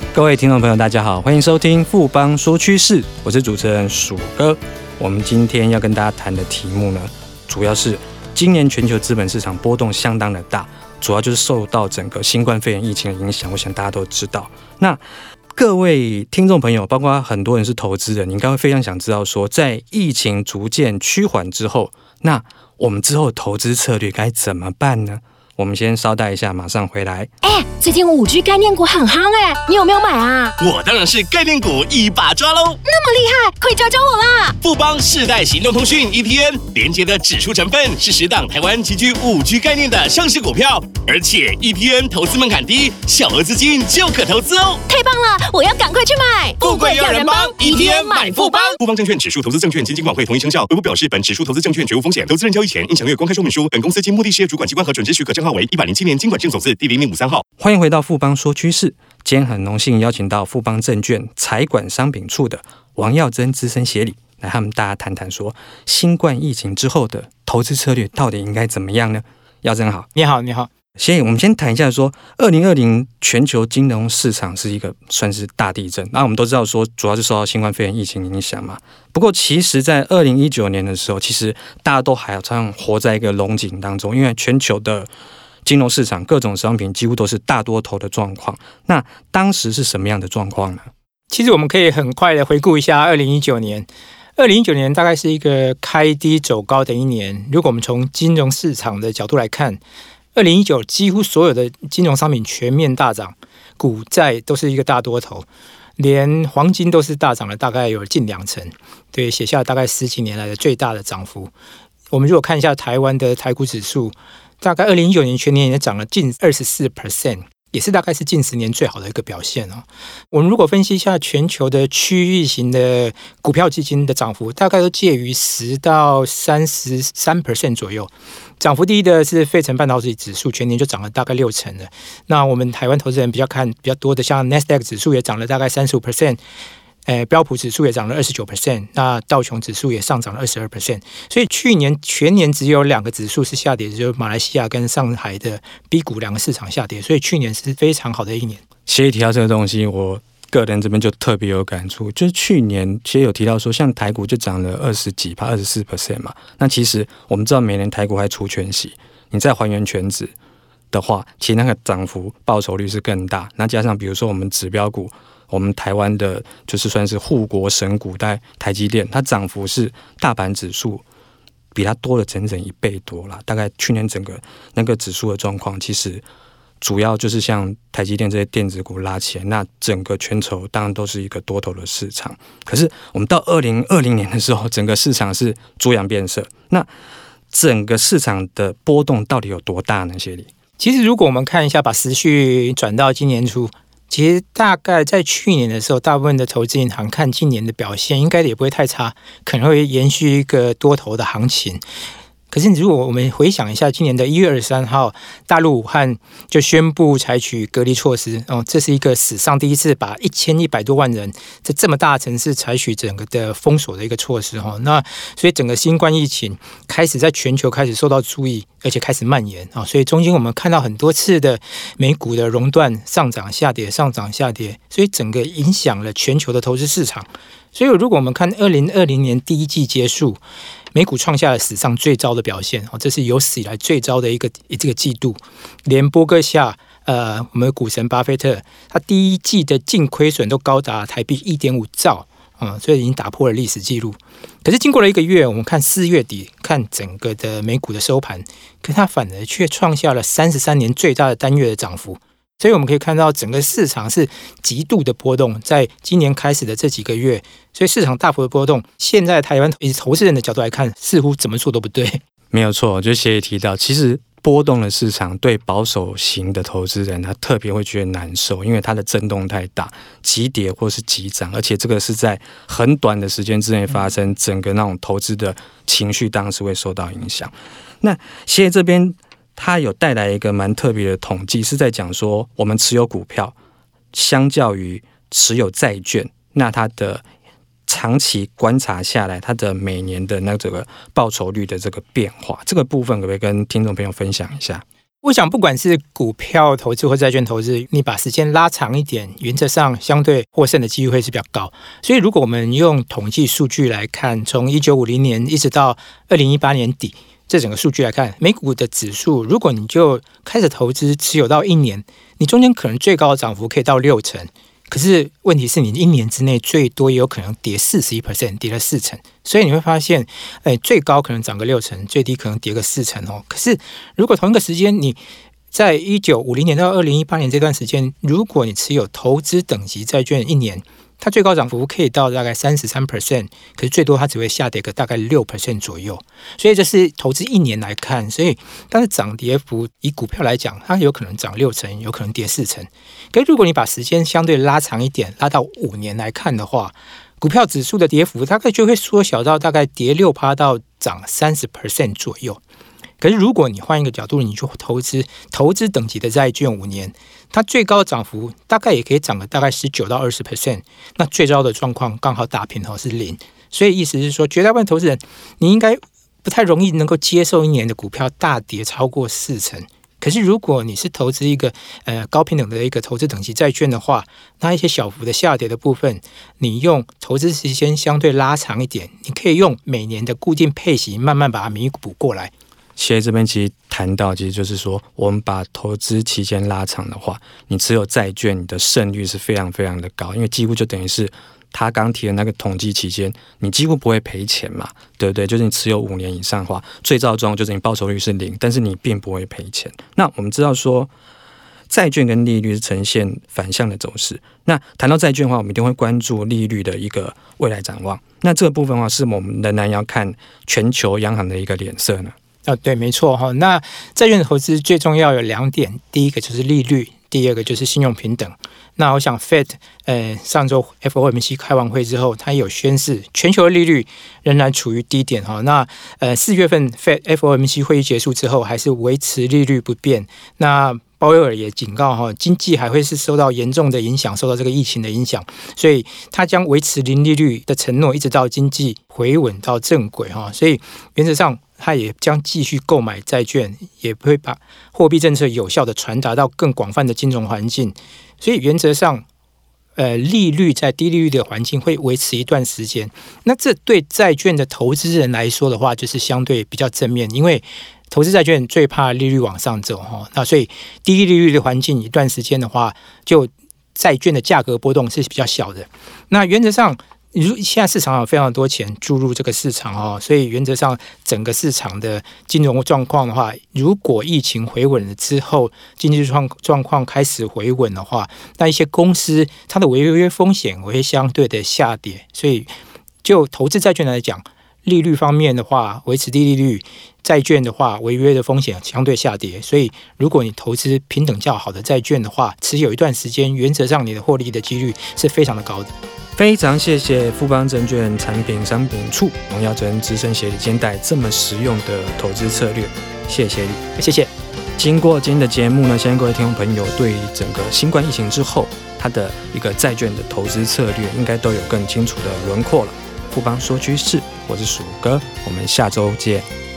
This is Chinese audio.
各位听众朋友，大家好，欢迎收听富邦说趋势，我是主持人鼠哥。我们今天要跟大家谈的题目呢，主要是今年全球资本市场波动相当的大，主要就是受到整个新冠肺炎疫情的影响，我想大家都知道。那各位听众朋友，包括很多人是投资人，你应该会非常想知道说，在疫情逐渐趋缓之后，那我们之后的投资策略该怎么办呢？我们先稍待一下，马上回来。 最近5G 概念股很夯你有没有买啊？ 我当然是概念股一把抓喽！ 那么厉害，快教教我啦！ 富邦世代行动通讯 ETN 连接的指数成分是10档台湾极具5G 概念的上市股票，而且 ETN 投资门槛低，小额资金就可投资哦！ 太棒了，我要赶快去买！ 富贵要人帮 ，ETN 买富邦。富邦证券指数投资证券经金管会同意生效。微博表示，本指数投资证券绝无风险，投资人交易前应详阅公开说明书。本公司经目的事业主管机关核准之许可证号为107年金管证总字第0053号。 欢迎回到富邦说趋势，今天很荣幸邀请到富邦证券财管商品处的王耀珍资深协理来和我们大家谈谈说，新冠疫情之后的投资策略到底应该怎么样呢？耀珍好。 你好，你好。 所以我们先谈一下说，2020全球金融市场是一个算是大地震。那我们都知道说，主要是受到新冠肺炎疫情影响嘛。不过其实在2019年的时候，其实大家都还像活在一个龙井当中，因为全球的金融市场各种商品几乎都是大多头的状况。那当时是什么样的状况呢？ 其实我们可以很快的回顾一下2019年。2019年大概是一个开低走高的一年。如果我们从金融市场的角度来看，2019几乎所有的金融商品全面大涨，股债都是一个大多头，连黄金都是大涨了，大概有近2成，对，写下大概10几年来的最大的涨幅。我们如果看一下台湾的台股指数，大概2019年全年也涨了近24%，也是大概是近10年最好的一个表现哦。我们如果分析一下全球的区域型的股票基金的涨幅，大概都介于10到33% 左右。涨幅第一的是费城半导体指数，全年就涨了大概6成了。那我们台湾投资人比较多的，像 Nasdaq 指数也涨了大概35%。标普指数也涨了29%，那道琼指数也上涨了22%，所以去年全年只有2个指数是下跌，就是马来西亚跟上海的 B 股2个市场下跌，所以去年是非常好的一年。 协议提到这个东西，我个人这边就特别有感触，就是去年其实有提到说，像台股就涨了20几%、24% 嘛。那其实我们知道每年台股还除权息，你再还原全值的话，其实那个涨幅报酬率是更大。那加上比如说我们指标股，我们台湾的就是算是护国神股，台积电，它涨幅是大盘指数比它多了整整1倍多啦。大概去年整个那个指数的状况，其实主要就是像台积电这些电子股拉起来，那整个全球当然都是一个多头的市场。可是我们到2020年的时候，整个市场是猪羊变色。那整个市场的波动到底有多大呢？谢理， 其实如果我们看一下，把时序转到今年初，其实大概在去年的时候，大部分的投资银行看今年的表现，应该也不会太差，可能会延续一个多头的行情。可是如果我们回想一下，今年的1月23号，大陆武汉就宣布采取隔离措施，这是一个史上第一次把1100多万人在这么大的城市采取整个的封锁的一个措施。那所以整个新冠疫情开始在全球开始受到注意，而且开始蔓延。所以中间我们看到很多次的美股的熔断上涨下跌，上涨下跌，所以整个影响了全球的投资市场。所以如果我们看2020年第一季结束，美股创下了史上最糟的表现，这是有史以来最糟的这个季度。连波克夏我们的股神巴菲特，他第一季的净亏损都高达台币1.5兆，所以已经打破了历史记录。可是经过了1个月，我们看4月底看整个的美股的收盘，可它反而却创下了33年最大的单月的涨幅。所以我们可以看到整个市场是极度的波动，在今年开始的这几个月，所以市场大幅的波动，现在台湾以投资人的角度来看，似乎怎么做都不对。 没有错，就协议提到，其实波动的市场对保守型的投资人他特别会觉得难受，因为它的震动太大，急跌或是急涨，而且这个是在很短的时间之内发生，整个那种投资的情绪当然是会受到影响。那协议这边他有带来一个蛮特别的统计，是在讲说我们持有股票相较于持有债券，那它的长期观察下来，它的每年的那个报酬率的这个变化，这个部分可不可以跟听众朋友分享一下？ 我想，不管是股票投资或债券投资，你把时间拉长一点，原则上相对获胜的机会是比较高。所以，如果我们用统计数据来看，从1950年一直到2018年底，这整个数据来看，美股的指数，如果你就开始投资持有到1年，你中间可能最高的涨幅可以到6%。可是问题是你1年之内最多也有可能跌41%，跌了4成，所以你会发现，最高可能涨个6成，最低可能跌个4成哦。可是如果同一个时间，你在1950年到2018年这段时间，如果你持有投资等级债券1年，它最高涨幅可以到大概33%，可是最多它只会下跌个大概6% 左右。所以这是投资1年来看，所以但是涨跌幅以股票来讲，它有可能涨6成，有可能跌4成。可是如果你把时间相对拉长一点，拉到5年来看的话，股票指数的跌幅大概就会缩小到大概跌6%到涨30% 左右。可是如果你换一个角度，你去投资等级的债券5年，它最高的涨幅大概也可以涨个大概19%到20%，那最糟的状况刚好打平是0。所以意思是说，绝大部分投资人你应该不太容易能够接受1年的股票大跌超过4成。可是如果你是投资一个高平等的一个投资等级债券的话，那一些小幅的下跌的部分，你用投资时间相对拉长一点，你可以用每年的固定配息慢慢把它弥补过来。 其实这边其实谈到，其实就是说，我们把投资期间拉长的话，你持有债券，你的胜率是非常非常的高，因为几乎就等于是他刚提的那个统计期间，你几乎不会赔钱嘛，对不对？就是你持有5年以上的话，最糟的状况就是你报酬率是0，但是你并不会赔钱。那我们知道说，债券跟利率是呈现反向的走势。那谈到债券的话，我们一定会关注利率的一个未来展望。那这个部分的话，是我们仍然要看全球央行的一个脸色呢？ 对，没错哈。那债券投资最重要有2点，第一个就是利率，第二个就是信用平等。那我想 Fed 上周 FOMC 开完会之后，它有宣示全球的利率仍然处于低点哈。那4月份 Fed FOMC 会议结束之后，还是维持利率不变。那鲍威尔也警告哈，经济还会是受到严重的影响，受到这个疫情的影响，所以他将维持零利率的承诺，一直到经济回稳到正轨哈。所以原则上，他也将继续购买债券，也会把货币政策有效的传达到更广泛的金融环境。所以原则上，利率在低利率的环境会维持一段时间。那这对债券的投资人来说的话，就是相对比较正面，因为投资债券最怕利率往上走哈。那所以低利率的环境一段时间的话，就债券的价格波动是比较小的。那原则上，现在市场有非常多钱注入这个市场哦，所以原则上整个市场的金融状况的话，如果疫情回稳了之后，经济状况开始回稳的话，那一些公司它的违约风险会相对的下跌。所以就投资债券来讲，利率方面的话，维持低利率；债券的话，违约的风险相对下跌。所以如果你投资平等较好的债券的话，持有一段时间，原则上你的获利的几率是非常的高的。 非常谢谢富邦证券产品商品处王耀珍资深协理今天带这么实用的投资策略，谢谢你， 谢谢。 经过今天的节目呢，相信各位听众朋友对整个新冠疫情之后，它的一个债券的投资策略应该都有更清楚的轮廓了。富邦说趋势，我是鼠哥，我们下周见。